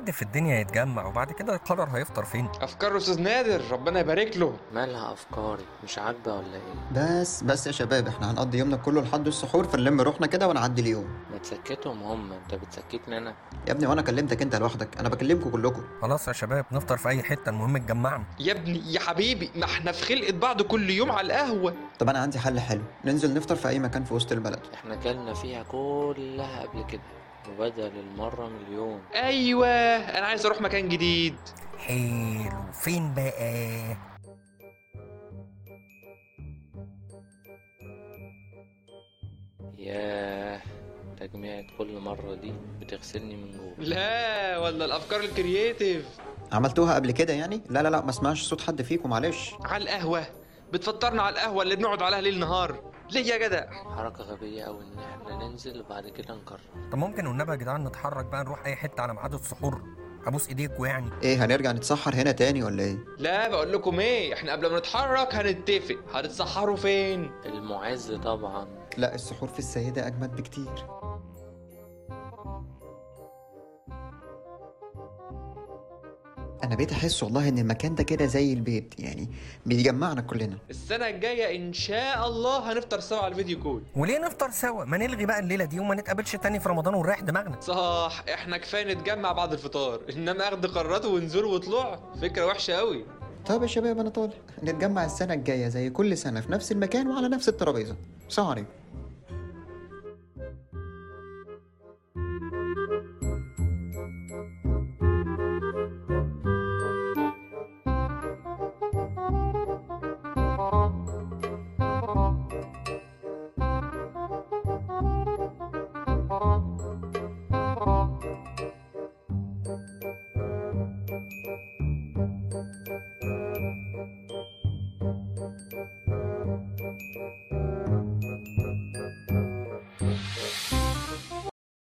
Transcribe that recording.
حد في الدنيا يتجمع وبعد كده يقرر هيفطر فين. افكار استاذ نادر ربنا يبارك له. مالها افكاري مش عاجبه ولا ايه؟ بس يا شباب، احنا هنقضي يومنا كله لحد السحور، فنلم روحنا كده ونعدي اليوم. ما تسكتهم هم، انت بتسكتني انا؟ يا ابني وانا كلمتك انت لوحدك؟ انا بكلمكم كلكم. خلاص يا شباب نفطر في اي حته، المهم اتجمعنا. يا ابني يا حبيبي، ما احنا في خلقة بعض كل يوم على القهوة. طب انا عندي حل حلو، ننزل نفطر في اي مكان في وسط البلد. احنا كلنا فيها كلها قبل كده، وبدل المره مليون. ايوه، انا عايز اروح مكان جديد. حلو، فين بقى؟ ياه، تجميعة كل مرة دي بتغسلني من جوه. لا ولا الافكار الكرييتيف. عملتوها قبل كده يعني؟ لا ما اسمعش صوت حد فيكم معلش. على القهوة بتفطرنا على القهوة اللي بنقعد عليها ليل نهار. ليه يا جدع؟ حركة غبية أوي إن احنا ننزل وبعد كده نقرر. طب ممكن والنبي يا جدعان نتحرك بقى، نروح اي حته على ميعاد السحور، ابوس ايديكوا يعني. ايه، هنرجع نتسحر هنا تاني ولا ايه؟ لا بقول لكم ايه، احنا قبل ما نتحرك هنتفق هتتسحروا فين. المعز طبعا. لا، السحور في السيدة اجمد بكتير. انا بقيت احس والله ان المكان ده كده زي البيت، يعني بيجمعنا كلنا. السنة الجاية ان شاء الله هنفطر سوا على الفيديو كول. وليه نفطر سوا؟ ما نلغي بقى الليله دي وما نتقابلش تاني في رمضان ونريح دماغنا. صح، احنا كفاية نتجمع بعد الفطار، انما اخد قرارات ونزور وطلوع فكرة وحشة قوي. طب يا شباب انا طالع، نتجمع السنة الجاية زي كل سنة في نفس المكان وعلى نفس الترابيزة. سلام عليكم.